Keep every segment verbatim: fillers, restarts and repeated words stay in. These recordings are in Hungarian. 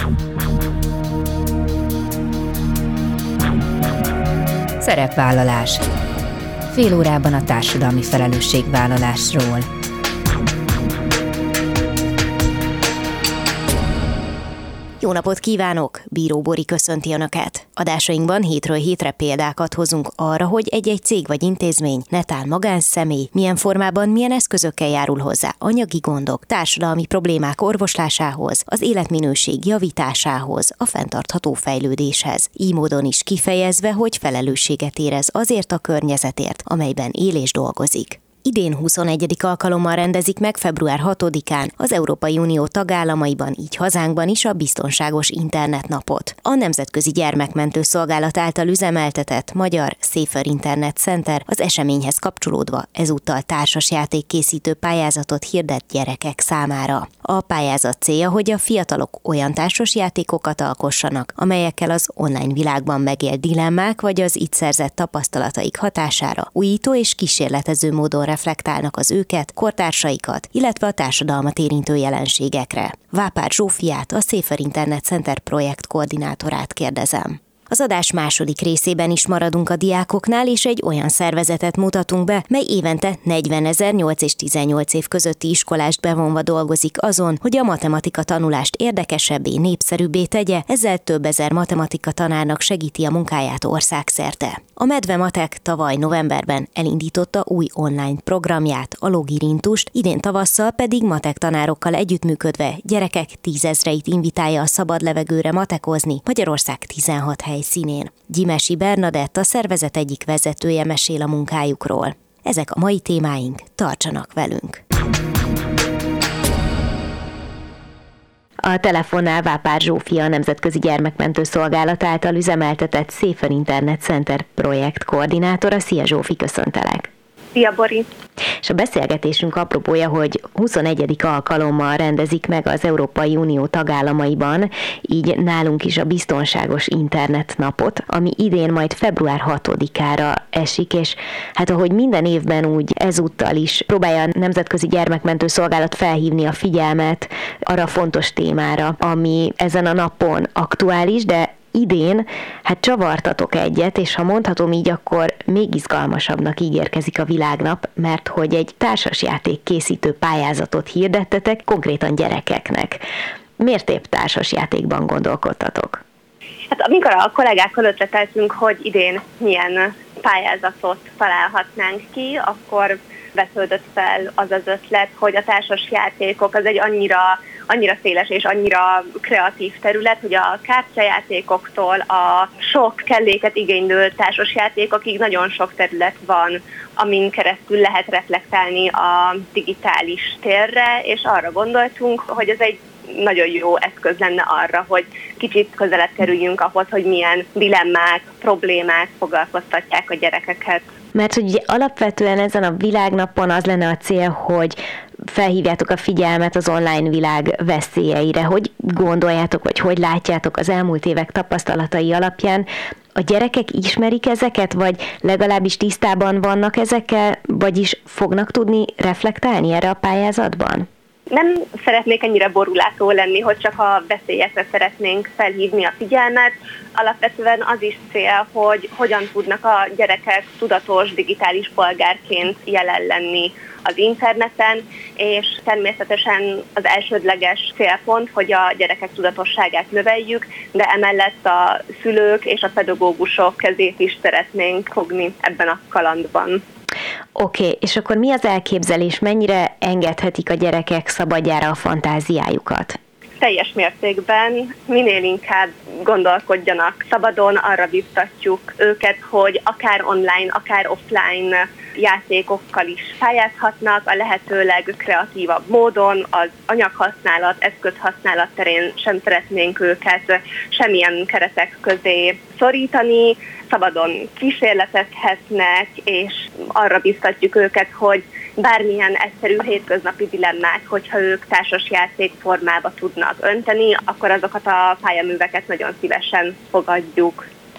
Szerepvállalás. Fél órában a társadalmi felelősségvállalásról. Jó napot kívánok! Bíró Bori köszönti Önöket. Adásainkban hétről hétre példákat hozunk arra, hogy egy-egy cég vagy intézmény, netán magánszemély, milyen formában, milyen eszközökkel járul hozzá anyagi gondok, társadalmi problémák orvoslásához, az életminőség javításához, a fenntartható fejlődéshez. Így módon is kifejezve, hogy felelősséget érez azért a környezetért, amelyben él és dolgozik. Idén huszonegyedik alkalommal rendezik meg február hatodikán az Európai Unió tagállamaiban, így hazánkban is a Biztonságos Internetnapot. A Nemzetközi Gyermekmentő Szolgálat által üzemeltetett magyar Safer Internet Center az eseményhez kapcsolódva ezúttal társasjáték készítő pályázatot hirdet gyerekek számára. A pályázat célja, hogy a fiatalok olyan társasjátékokat alkossanak, amelyekkel az online világban megélt dilemmák vagy az itt szerzett tapasztalataik hatására újító és kísérletező módon reflektálnak az őket, kortársaikat, illetve a társadalmat érintő jelenségekre. Vápár Zsófiát, a Safer Internet Center projekt koordinátorát kérdezem. Az adás második részében is maradunk a diákoknál, és egy olyan szervezetet mutatunk be, mely évente negyvenezer nyolc és tizennyolc év közötti iskolást bevonva dolgozik azon, hogy a matematika tanulást érdekesebbé, népszerűbbé tegye, ezzel több ezer matematika tanárnak segíti a munkáját országszerte. A Medve Matek tavaly novemberben elindította új online programját, a Logirintust, idén tavasszal pedig matek tanárokkal együttműködve gyerekek tízezreit invitálja a szabad levegőre matekozni Magyarország tizenhat helyszínén. Gyimesi Bernadett, a szervezet egyik vezetője mesél a munkájukról. Ezek a mai témáink, tartsanak velünk! A telefonnál Vápár Zsófia, a Nemzetközi Gyermekmentő Szolgálat által üzemeltetett Safer Internet Center projekt koordinátora. Szia Zsófi, köszöntelek! Szia Bori! És a beszélgetésünk apropója, hogy huszonegyedik alkalommal rendezik meg az Európai Unió tagállamaiban, így nálunk is a Biztonságos Internet Napot, ami idén majd február hatodikára esik, és hát ahogy minden évben úgy ezúttal is próbálja a Nemzetközi Gyermekmentő Szolgálat felhívni a figyelmet arra fontos témára, ami ezen a napon aktuális, de idén, hát csavartatok egyet, és ha mondhatom így, akkor még izgalmasabbnak ígérkezik a világnap, mert hogy egy társasjáték készítő pályázatot hirdettetek konkrétan gyerekeknek. Miért épp társasjátékban gondolkodtatok? Hát amikor a kollégákkal ötleteltünk, hogy idén milyen pályázatot találhatnánk ki, akkor vetődött fel az az ötlet, hogy a társasjátékok az egy annyira, annyira széles és annyira kreatív terület, hogy a kártyajátékoktól a sok kelléket igénylő társasjátékokig nagyon sok terület van, amin keresztül lehet reflektálni a digitális térre, és arra gondoltunk, hogy ez egy nagyon jó eszköz lenne arra, hogy kicsit közelebb kerüljünk ahhoz, hogy milyen dilemmák, problémák foglalkoztatják a gyerekeket. Mert hogy ugye alapvetően ezen a világnapon az lenne a cél, hogy felhívjátok a figyelmet az online világ veszélyeire. Hogy gondoljátok, vagy hogy látjátok az elmúlt évek tapasztalatai alapján? A gyerekek ismerik ezeket, vagy legalábbis tisztában vannak ezekkel, vagyis fognak tudni reflektálni erre a pályázatban? Nem szeretnék ennyire borulátó lenni, hogy csak a veszélyekre szeretnénk felhívni a figyelmet. Alapvetően az is cél, hogy hogyan tudnak a gyerekek tudatos digitális polgárként jelen lenni az interneten, és természetesen az elsődleges célpont, hogy a gyerekek tudatosságát növeljük, de emellett a szülők és a pedagógusok kezét is szeretnénk fogni ebben a kalandban. Oké, okay, és akkor mi az elképzelés, mennyire engedhetik a gyerekek szabadjára a fantáziájukat? Teljes mértékben, minél inkább gondolkodjanak szabadon, arra biztatjuk őket, hogy akár online, akár offline játékokkal is pályázhatnak, a lehető legkreatívabb módon, az anyaghasználat, eszközhasználat terén sem szeretnénk őket semmilyen keretek közé szorítani, szabadon kísérletezhetnek, és arra biztatjuk őket, hogy bármilyen egyszerű hétköznapi dilemmát, hogyha ők társasjáték formába tudnak önteni, akkor azokat a pályaműveket nagyon szívesen fogadjuk.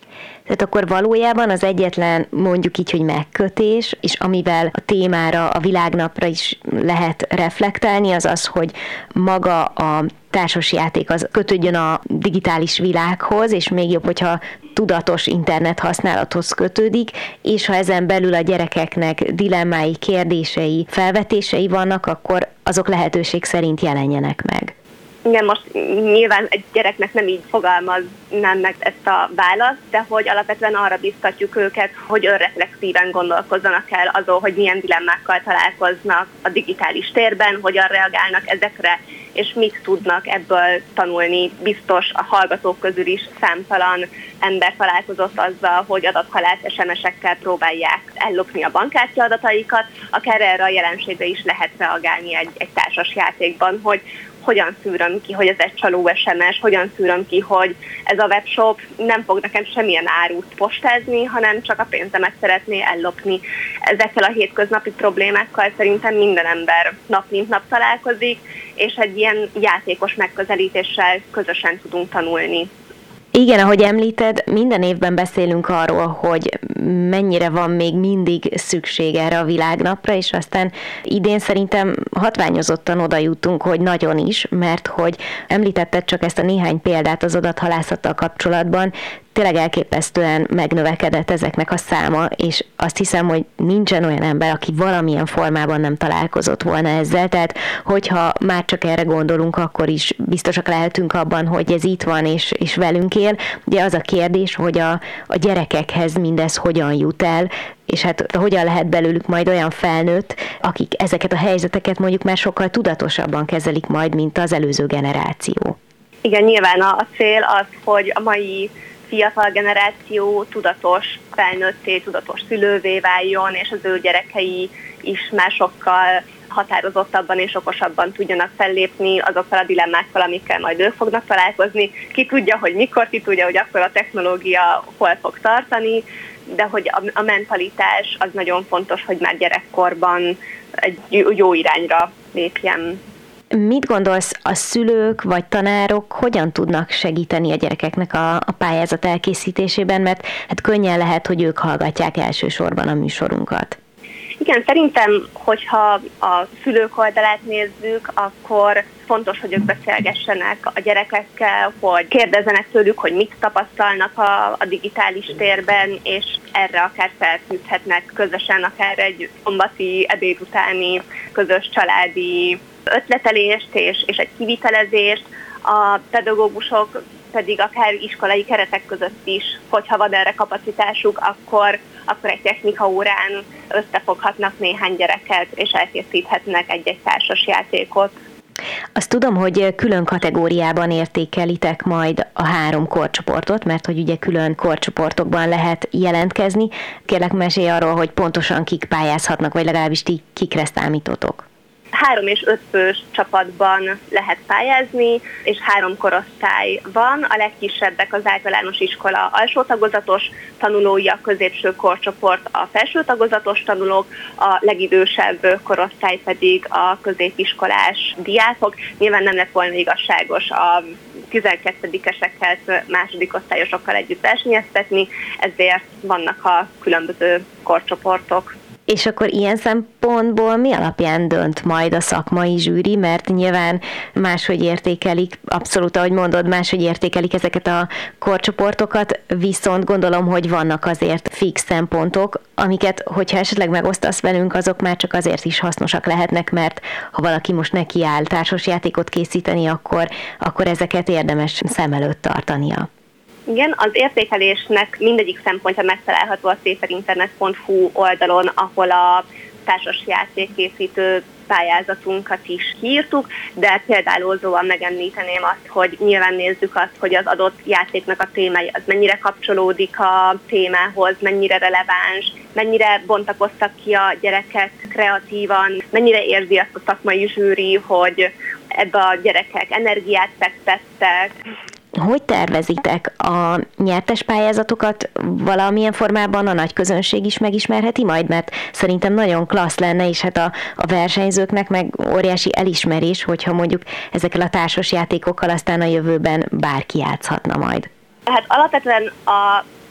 Tehát akkor valójában az egyetlen, mondjuk így, hogy megkötés, és amivel a témára, a világnapra is lehet reflektálni, az az, hogy maga a társasjáték az kötődjön a digitális világhoz, és még jobb, hogyha tudatos internet használathoz kötődik, és ha ezen belül a gyerekeknek dilemmái, kérdései, felvetései vannak, akkor azok lehetőség szerint jelenjenek meg. Igen, most nyilván egy gyereknek nem így fogalmaznám meg ezt a választ, de hogy alapvetően arra biztatjuk őket, hogy önreflexíven gondolkozzanak el azon, hogy milyen dilemmákkal találkoznak a digitális térben, hogyan reagálnak ezekre, és mit tudnak ebből tanulni. Biztos a hallgatók közül is számtalan ember találkozott azzal, hogy adathalász es em es-ekkel próbálják ellopni a bankkártya adataikat, akár erre a jelenségre is lehet reagálni egy, egy társas játékban, hogy hogyan szűröm ki, hogy ez egy csaló es em es, hogyan szűröm ki, hogy ez a webshop nem fog nekem semmilyen árut postázni, hanem csak a pénzemet szeretné ellopni. Ezekkel a hétköznapi problémákkal szerintem minden ember nap mint nap találkozik, és egy ilyen játékos megközelítéssel közösen tudunk tanulni. Igen, ahogy említed, minden évben beszélünk arról, hogy mennyire van még mindig szükség erre a világnapra, és aztán idén szerintem hatványozottan oda jutunk, hogy nagyon is, mert hogy említetted csak ezt a néhány példát az adathalászattal kapcsolatban, tényleg elképesztően megnövekedett ezeknek a száma, és azt hiszem, hogy nincsen olyan ember, aki valamilyen formában nem találkozott volna ezzel, tehát hogyha már csak erre gondolunk, akkor is biztosak lehetünk abban, hogy ez itt van és, és velünk él. Ugye az a kérdés, hogy a, a gyerekekhez mindez hogyan jut el, és hát hogyan lehet belőlük majd olyan felnőtt, akik ezeket a helyzeteket mondjuk már sokkal tudatosabban kezelik majd, mint az előző generáció. Igen, nyilván a cél az, hogy a mai fiatal generáció tudatos felnőtté, tudatos szülővé váljon, és az ő gyerekei is már sokkal határozottabban és okosabban tudjanak fellépni azokkal a dilemmákkal, amikkel majd ők fognak találkozni. Ki tudja, hogy mikor, ki tudja, hogy akkor a technológia hol fog tartani, de hogy a, a mentalitás az nagyon fontos, hogy már gyerekkorban egy jó irányra lépjen. Mit gondolsz, a szülők vagy tanárok hogyan tudnak segíteni a gyerekeknek a, a pályázat elkészítésében, mert hát könnyen lehet, hogy ők hallgatják elsősorban a műsorunkat. Igen, szerintem, hogyha a szülők oldalát nézzük, akkor fontos, hogy ők beszélgessenek a gyerekekkel, hogy kérdezzenek tőlük, hogy mit tapasztalnak a, a digitális térben, és erre akár felfűzhetnek közösen, akár egy szombati ebéd utáni közös családi ötletelést és, és egy kivitelezést. A pedagógusok pedig akár iskolai keretek között is, hogyha van erre kapacitásuk, akkor, akkor egy technika órán összefoghatnak néhány gyereket, és elkészíthetnek egy-egy társas játékot. Azt tudom, hogy külön kategóriában értékelitek majd a három korcsoportot, mert hogy ugye külön korcsoportokban lehet jelentkezni. Kérlek, mesélj arról, hogy pontosan kik pályázhatnak, vagy legalábbis ti kikre számítotok. Három és öt fős csapatban lehet pályázni, és három korosztály van. A legkisebbek az általános iskola alsó tagozatos tanulói, a középső korcsoport a felső tagozatos tanulók, a legidősebb korosztály pedig a középiskolás diákok. Nyilván nem lett volna igazságos a tizenkettedikeseket második osztályosokkal együtt versenyeztetni, ezért vannak a különböző korcsoportok. És akkor ilyen szempontból mi alapján dönt majd a szakmai zsűri, mert nyilván máshogy értékelik, abszolút, ahogy mondod, máshogy értékelik ezeket a korcsoportokat, viszont gondolom, hogy vannak azért fix szempontok, amiket, hogyha esetleg megosztasz velünk, azok már csak azért is hasznosak lehetnek, mert ha valaki most nekiáll társasjátékot készíteni, akkor, akkor ezeket érdemes szem előtt tartania. Igen, az értékelésnek mindegyik szempontja megtalálható a széperinternet pont hu oldalon, ahol a társas játékkészítő pályázatunkat is kiírtuk, de példálózóan megemlíteném azt, hogy nyilván nézzük azt, hogy az adott játéknak a témája az mennyire kapcsolódik a témához, mennyire releváns, mennyire bontakoztak ki a gyerekek kreatívan, mennyire érzi azt a szakmai zsűri, hogy ebbe a gyerekek energiát fektettek. Hogy tervezitek a nyertes pályázatokat? Valamilyen formában a nagy közönség is megismerheti majd, mert szerintem nagyon klassz lenne, és hát a, a versenyzőknek meg óriási elismerés, hogyha mondjuk ezekkel a társas játékokkal aztán a jövőben bárki játszhatna majd. Hát alapvetően a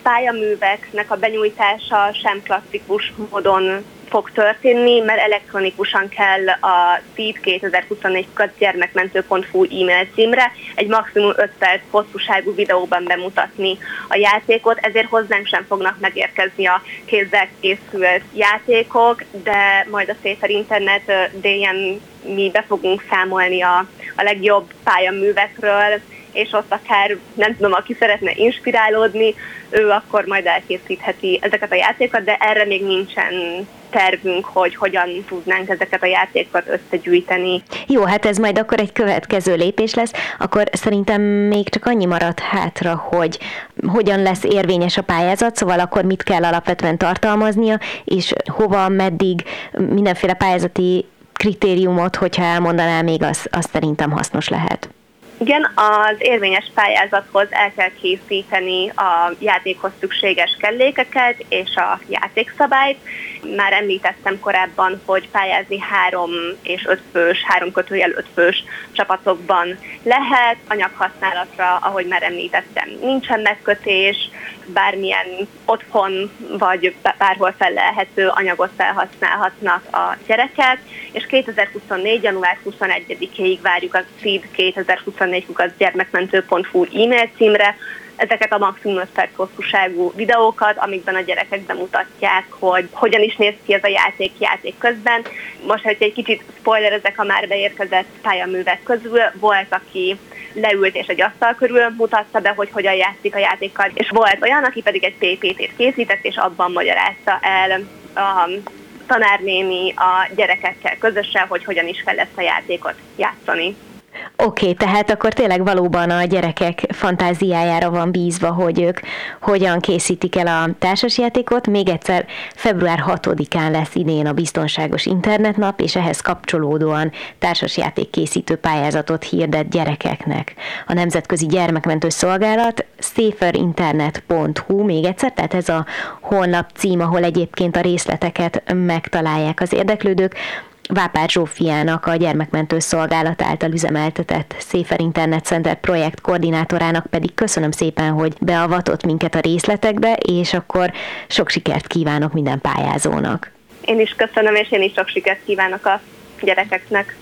pályaműveknek a benyújtása sem klasszikus módon fog történni, mert elektronikusan kell a seed kétezer-huszonnégy kukac gyermekmentő pont hu e-mail címre egy maximum öt perc hosszúságú videóban bemutatni a játékot, ezért hozzánk sem fognak megérkezni a kézzel készült játékok, de majd a Safer Internet dé-en mi be fogunk számolni a, a legjobb pályaművekről, és ott akár, nem tudom, aki szeretne inspirálódni, ő akkor majd elkészítheti ezeket a játékokat, de erre még nincsen tervünk, hogy hogyan tudnánk ezeket a játékokat összegyűjteni. Jó, hát ez majd akkor egy következő lépés lesz, akkor szerintem még csak annyi marad hátra, hogy hogyan lesz érvényes a pályázat, szóval akkor mit kell alapvetően tartalmaznia, és hova, meddig, mindenféle pályázati kritériumot, hogyha elmondanál még, az, az szerintem hasznos lehet. Igen, az érvényes pályázathoz el kell készíteni a játékhoz szükséges kellékeket és a játékszabályt. Már említettem korábban, hogy pályázni három és öt fős, három kötőjel öt fős csapatokban lehet. Anyaghasználatra, ahogy már említettem, nincsen megkötés, bármilyen otthon vagy bárhol fellelhető anyagot felhasználhatnak a gyerekek, és kétezer-huszonnégy. január huszonegyedikéig várjuk a seed kétezer-huszonnégy kukac gyermekmentő pont hu e-mail címre ezeket a maximum öt perc hosszúságú videókat, amikben a gyerekek bemutatják, hogy hogyan is néz ki ez a játék játék közben. Most, hogy egy kicsit spoilerezek a már beérkezett pályaművek közül, volt, aki leült és egy asztal körül mutatta be, hogy hogyan játszik a játékkal, és volt olyan, aki pedig egy pé pé té-t készített, és abban magyarázta el a tanárnéni a gyerekekkel közösen, hogy hogyan is kell ezt a játékot játszani. Oké, okay, tehát akkor tényleg valóban a gyerekek fantáziájára van bízva, hogy ők hogyan készítik el a társasjátékot. Még egyszer február hatodikán lesz idén a Biztonságos Internetnap, és ehhez kapcsolódóan társasjáték készítő pályázatot hirdet gyerekeknek a Nemzetközi Gyermekmentő Szolgálat, safer internet pont hu, még egyszer, tehát ez a honlap cím, ahol egyébként a részleteket megtalálják az érdeklődők. Vápár Zsófiának, a Gyermekmentő Szolgálat által üzemeltetett Safer Internet Center projekt koordinátorának pedig köszönöm szépen, hogy beavatott minket a részletekbe, és akkor sok sikert kívánok minden pályázónak. Én is köszönöm, és én is sok sikert kívánok a gyerekeknek.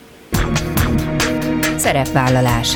Szerepvállalás.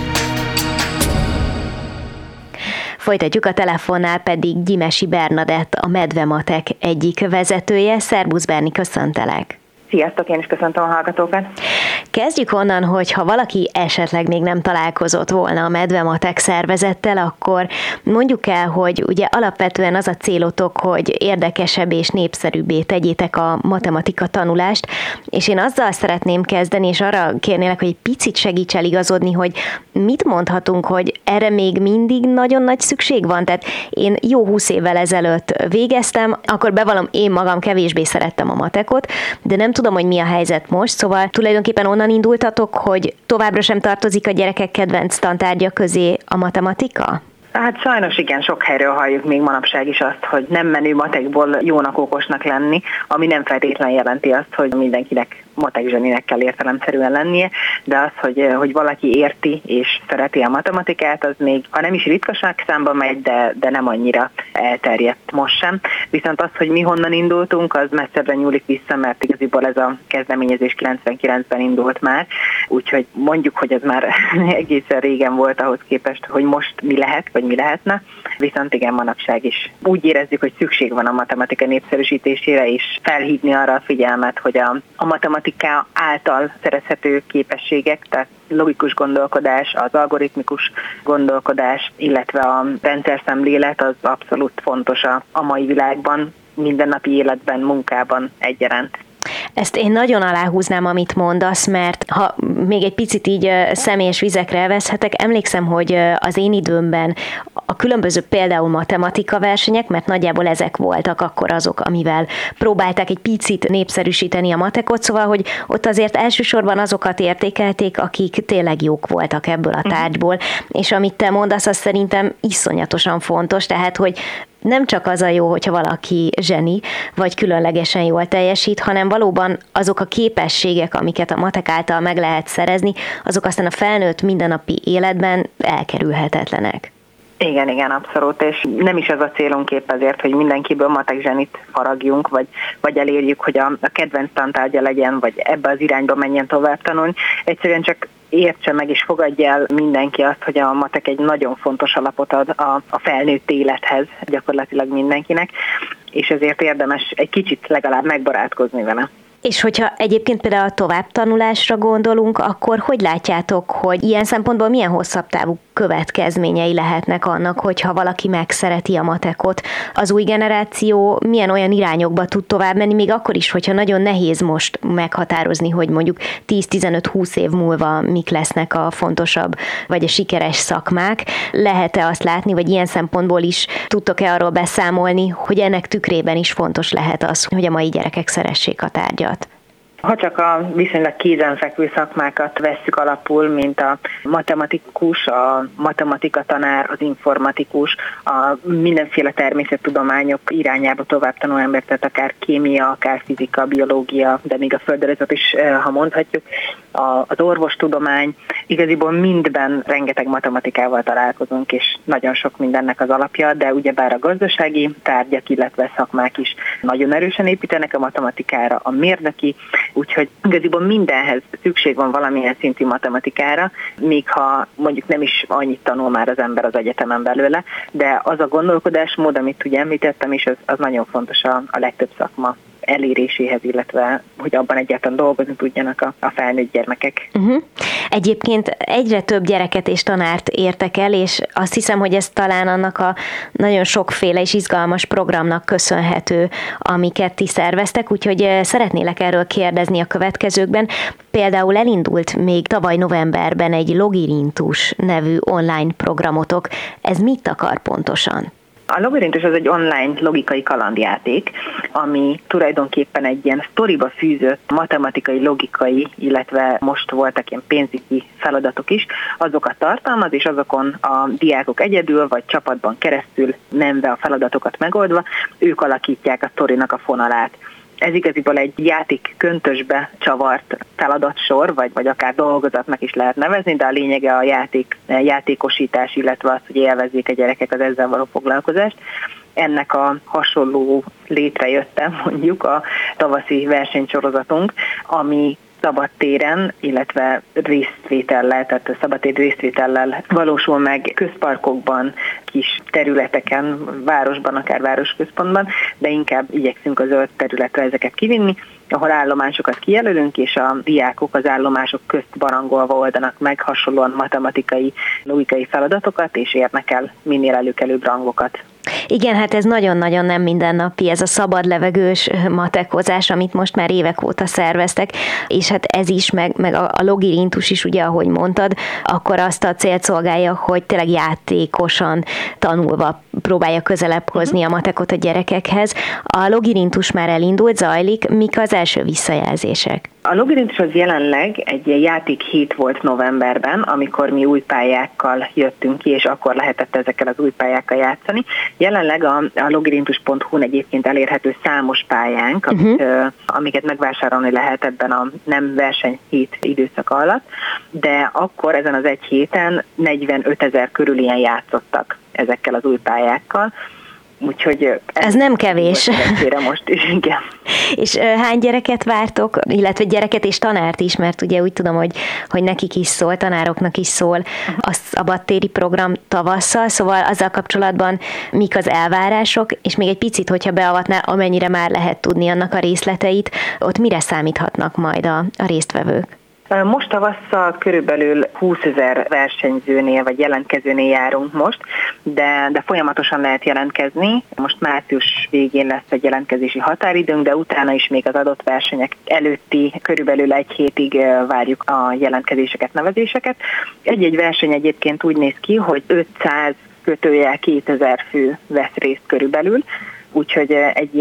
Folytatjuk, a telefonnál pedig Gyimesi Bernadett, a Medvematek egyik vezetője. Szerbusz Berni, köszöntelek! Sziasztok, én is köszöntöm a hallgatókat. Kezdjük onnan, hogy ha valaki esetleg még nem találkozott volna a Medvematek szervezettel, akkor mondjuk el, hogy ugye alapvetően az a célotok, hogy érdekesebb és népszerűbbé tegyétek a matematika tanulást, és én azzal szeretném kezdeni, és arra kérnélek, hogy egy picit segíts eligazodni, hogy mit mondhatunk, hogy erre még mindig nagyon nagy szükség van. Tehát én jó húsz évvel ezelőtt végeztem, akkor bevallom, én magam kevésbé szerettem a matekot, de nem tudom, hogy mi a helyzet most, szóval tulajdonképpen onnan indultatok, hogy továbbra sem tartozik a gyerekek kedvenc tantárgya közé a matematika? Hát sajnos igen, sok helyről halljuk még manapság is azt, hogy nem menő matekból jónak okosnak lenni, ami nem feltétlenül jelenti azt, hogy mindenkinek matek zseninek kell értelemszerűen lennie, de az, hogy, hogy valaki érti és szereti a matematikát, az még, ha nem is ritkaság számba megy, de, de nem annyira elterjedt most sem. Viszont az, hogy mi honnan indultunk, az messzebbre nyúlik vissza, mert igaziból ez a kezdeményezés kilencvenkilencben indult már, úgyhogy mondjuk, hogy ez már egészen régen volt ahhoz képest, hogy most mi lehet, vagy mi lehetne. Viszont igen, manapság is úgy érezzük, hogy szükség van a matematika népszerűsítésére, és felhívni arra a figyelmet, hogy a, a matematika által szerezhető képességek, tehát logikus gondolkodás, az algoritmikus gondolkodás, illetve a rendszerszemlélet az abszolút fontos a, a mai világban, mindennapi életben, munkában egyaránt. Ezt én nagyon aláhúznám, amit mondasz, mert ha még egy picit így személyes vizekre elveszhetek, emlékszem, hogy az én időmben a különböző például matematika versenyek, mert nagyjából ezek voltak akkor azok, amivel próbálták egy picit népszerűsíteni a matekot, szóval, hogy ott azért elsősorban azokat értékelték, akik tényleg jók voltak ebből a tárgyból, és amit te mondasz, az szerintem iszonyatosan fontos, tehát, hogy nem csak az a jó, hogyha valaki zseni, vagy különlegesen jól teljesít, hanem valóban azok a képességek, amiket a matek által meg lehet szerezni, azok aztán a felnőtt mindennapi életben elkerülhetetlenek. Igen, igen, abszolút, és nem is az a célunk épp azért, hogy mindenkiből matek zsenit faragjunk, vagy, vagy elérjük, hogy a, a kedvenc tantárgya legyen, vagy ebbe az irányba menjen tovább tanulni. Egyszerűen csak értse meg és fogadja el mindenki azt, hogy a matek egy nagyon fontos alapot ad a, a felnőtt élethez, gyakorlatilag mindenkinek, és ezért érdemes egy kicsit legalább megbarátkozni vele. És hogyha egyébként például a továbbtanulásra gondolunk, akkor hogy látjátok, hogy ilyen szempontból milyen hosszabb távú következményei lehetnek annak, hogyha valaki megszereti a matekot? Az új generáció milyen olyan irányokba tud tovább menni, még akkor is, hogyha nagyon nehéz most meghatározni, hogy mondjuk tíz-tizenöt-húsz év múlva mik lesznek a fontosabb vagy a sikeres szakmák. Lehet-e azt látni, vagy ilyen szempontból is tudtok-e arról beszámolni, hogy ennek tükrében is fontos lehet az, hogy a mai gyerekek szeressék a tárgyat? Ha csak a viszonylag kézenfekvő szakmákat vesszük alapul, mint a matematikus, a matematika tanár, az informatikus, a mindenféle természettudományok irányába tovább tanuló ember, tehát akár kémia, akár fizika, biológia, de még a földrajzot is, ha mondhatjuk, az orvostudomány, igaziból mindben rengeteg matematikával találkozunk, és nagyon sok mindennek az alapja, de ugyebár a gazdasági tárgyak, illetve szakmák is nagyon erősen építenek a matematikára, a mérnöki, úgyhogy igaziból mindenhez szükség van valamilyen szintű matematikára, még ha mondjuk nem is annyit tanul már az ember az egyetemen belőle, de az a gondolkodásmód, amit ugye említettem is, az, az nagyon fontos a, a legtöbb szakma eléréséhez, illetve hogy abban egyáltalán dolgozni tudjanak a, a felnőtt gyermekek. Uh-huh. Egyébként egyre több gyereket és tanárt értek el, és azt hiszem, hogy ez talán annak a nagyon sokféle és izgalmas programnak köszönhető, amiket ti szerveztek, úgyhogy szeretnélek erről kérdezni a következőkben. Például elindult még tavaly novemberben egy Logirintus nevű online programotok. Ez mit akar pontosan? A Logirintus az egy online logikai kalandjáték, ami tulajdonképpen egy ilyen sztoriba fűzött matematikai, logikai, illetve most voltak ilyen pénzügyi feladatok is, azokat tartalmaz, és azokon a diákok egyedül vagy csapatban keresztül menve a feladatokat megoldva, ők alakítják a sztorinak a fonalát. Ez igaziból egy játék köntösbe csavart feladatsor, vagy, vagy akár dolgozatnak is lehet nevezni, de a lényege a játék, játékosítás, illetve az, hogy élvezzék a gyerekek az ezzel való foglalkozást. Ennek a hasonló létrejötte mondjuk a tavaszi versenysorozatunk, ami szabadtéren, illetve résztvétellel, tehát szabadtéri résztvétellel valósul meg közparkokban, kis területeken, városban, akár városközpontban, de inkább igyekszünk a zöld területre ezeket kivinni, ahol állomásokat kijelölünk, és a diákok az állomások közt barangolva oldanak meg hasonlóan matematikai, logikai feladatokat, és érnek el minél előkelőbb rangokat. Igen, hát ez nagyon-nagyon nem mindennapi, ez a szabad levegős matekozás, amit most már évek óta szerveztek, és hát ez is, meg, meg a, a Logirintus is, ugye, ahogy mondtad, akkor azt a célt szolgálja, hogy tényleg játékosan tanulva próbálja közelebb hozni a matekot a gyerekekhez. A Logirintus már elindult, zajlik, mik az első visszajelzések? A Logirintus az jelenleg egy játékhét volt novemberben, amikor mi új pályákkal jöttünk ki, és akkor lehetett ezekkel az új pályákkal játszani. Jelenleg a, a logirintus pont hu-n egyébként elérhető számos pályánk, uh-huh. amit, uh, amiket megvásárolni lehet ebben a nem versenyhét időszak alatt, de akkor ezen az egy héten negyvenötezer körül ilyen játszottak ezekkel az új pályákkal. Úgyhogy ez, ez nem kevés. Most is, igen. És hány gyereket vártok, illetve gyereket és tanárt is, mert ugye úgy tudom, hogy, hogy nekik is szól, tanároknak is szól a szabadtéri program tavasszal, szóval azzal kapcsolatban mik az elvárások, és még egy picit, hogyha beavatnál, amennyire már lehet tudni annak a részleteit, ott mire számíthatnak majd a, a résztvevők? Most tavasszal körülbelül húszezer versenyzőnél vagy jelentkezőnél járunk most, de, de folyamatosan lehet jelentkezni. Most március végén lesz egy jelentkezési határidőnk, de utána is még az adott versenyek előtti körülbelül egy hétig várjuk a jelentkezéseket, nevezéseket. Egy-egy verseny egyébként úgy néz ki, hogy ötszáz kötőjel kétezer fő vesz részt körülbelül, úgyhogy egy ilyen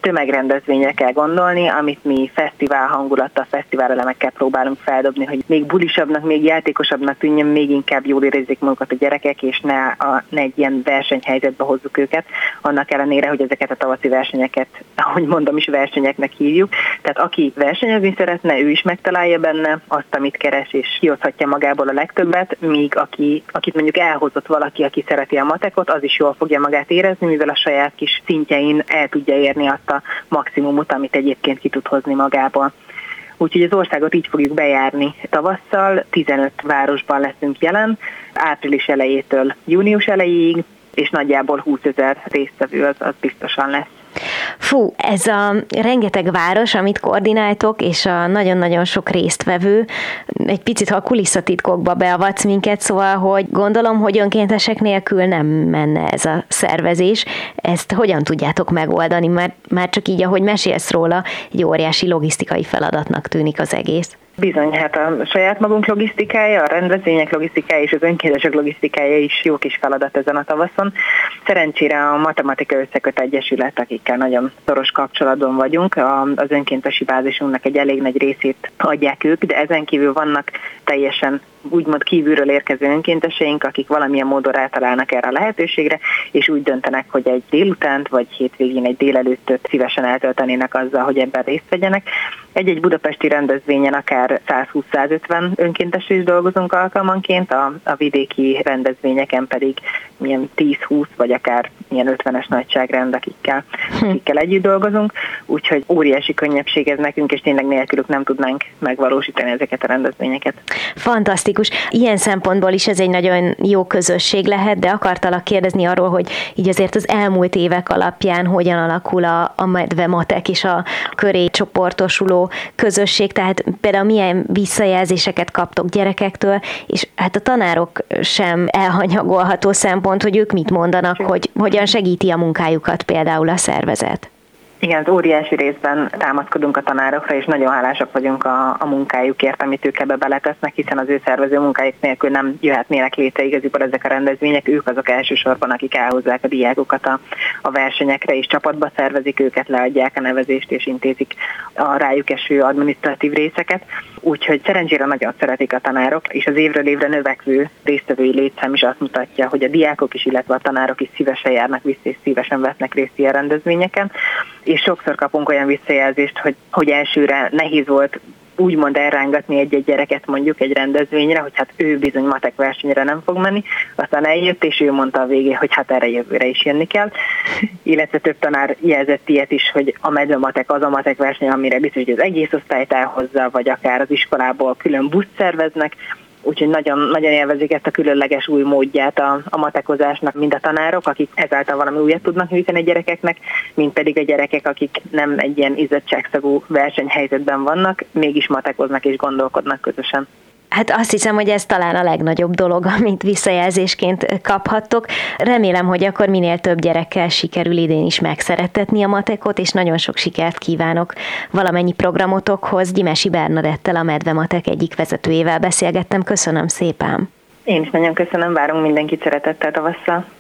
tömegrendezvényre kell gondolni, amit mi fesztivál hangulattal, fesztivál elemekkel próbálunk feldobni, hogy még bulisabbnak, még játékosabbnak tűnjön, még inkább jól érezzék magukat a gyerekek, és ne, a, ne egy ilyen versenyhelyzetbe hozzuk őket, annak ellenére, hogy ezeket a tavaszi versenyeket, ahogy mondom is, versenyeknek hívjuk. Tehát aki versenyezni szeretne, ő is megtalálja benne azt, amit keres, és kihozhatja magából a legtöbbet, míg aki, akit mondjuk elhozott valaki, aki szereti a matekot, az is jól fogja magát érezni, mivel a saját kis szintjein el tudja érni azt a maximumot, amit egyébként ki tud hozni magából. Úgyhogy az országot így fogjuk bejárni tavasszal, tizenöt városban leszünk jelen, április elejétől június elejéig, és nagyjából húszezer résztvevő az, az biztosan lesz. Fú, ez a rengeteg város, amit koordináltok, és a nagyon-nagyon sok résztvevő, egy picit, ha a kulisszatitkokba beavatsz minket, szóval, hogy gondolom, hogy önkéntesek nélkül nem menne ez a szervezés. Ezt hogyan tudjátok megoldani? Már, már csak így, ahogy mesélsz róla, egy óriási logisztikai feladatnak tűnik az egész. Bizony, hát a saját magunk logisztikája, a rendezvények logisztikája és az önkéntesek logisztikája is jó kis feladat ezen a tavaszon. Szerencsére a Matematika Összeköt Egyesület, akikkel nagyon szoros kapcsolatban vagyunk, az önkéntesi bázisunknak egy elég nagy részét adják ők, de ezen kívül vannak teljesen úgymond kívülről érkező önkénteseink, akik valamilyen módon rátalálnak erre a lehetőségre, és úgy döntenek, hogy egy délutánt vagy hétvégén egy délelőttöt szívesen eltöltenének azzal, hogy ebben részt vegyenek. Egy-egy budapesti rendezvényen akár százhúsz-százötven önkéntes is dolgozunk alkalmanként, a, a vidéki rendezvényeken pedig milyen tíz-húsz vagy akár milyen ötvenes nagyságrend, akikkel, akikkel együtt dolgozunk, úgyhogy óriási könnyebbség ez nekünk, és tényleg nélkülük nem tudnánk megvalósítani ezeket a rendezvényeket. Fantasztikus. Ilyen szempontból is ez egy nagyon jó közösség lehet, de akartalak kérdezni arról, hogy így azért az elmúlt évek alapján hogyan alakul a, a medvematek és a köré csoportosuló közösség, tehát például milyen visszajelzéseket kaptok gyerekektől, és hát a tanárok sem elhanyagolható szempont, hogy ők mit mondanak, hogy hogyan segíti a munkájukat például a szervezet. Igen, az óriási részben támaszkodunk a tanárokra, és nagyon hálásak vagyunk a, a munkájukért, amit ők ebbe beletesznek, hiszen az ő szervező munkájuk nélkül nem jöhetnének létre igaziból ezek a rendezvények. Ők azok elsősorban, akik elhozzák a diákokat a, a versenyekre, és csapatba szervezik őket, leadják a nevezést, és intézik a rájuk eső adminisztratív részeket. Úgyhogy szerencsére nagyon szeretik a tanárok, és az évről évre növekvő résztvevői létszám is azt mutatja, hogy a diákok is, illetve a tanárok is szívesen járnak vissza, és szívesen vesznek részt ilyen rendezvényeken. És sokszor kapunk olyan visszajelzést, hogy, hogy elsőre nehéz volt úgymond elrángatni egy-egy gyereket mondjuk egy rendezvényre, hogy hát ő bizony matek versenyre nem fog menni, aztán eljött, és ő mondta a végén, hogy hát erre jövőre is jönni kell. Illetve több tanár jelzett ilyet is, hogy a medvematek az a matek verseny, amire biztos, hogy az egész osztályt elhozza, vagy akár az iskolából külön buszt szerveznek, úgyhogy nagyon, nagyon élvezik ezt a különleges új módját a, a matekozásnak, mind a tanárok, akik ezáltal valami újat tudnak nyújtani a gyerekeknek, mint pedig a gyerekek, akik nem egy ilyen izzadságszagú versenyhelyzetben vannak, mégis matekoznak és gondolkodnak közösen. Hát azt hiszem, hogy ez talán a legnagyobb dolog, amit visszajelzésként kaphattok. Remélem, hogy akkor minél több gyerekkel sikerül idén is megszerettetni a matekot, és nagyon sok sikert kívánok valamennyi programotokhoz. Gyimesi Bernadettel, a Medvematek egyik vezetőjével beszélgettem. Köszönöm szépen! Én is nagyon köszönöm, várunk mindenkit szeretettel tavasszal.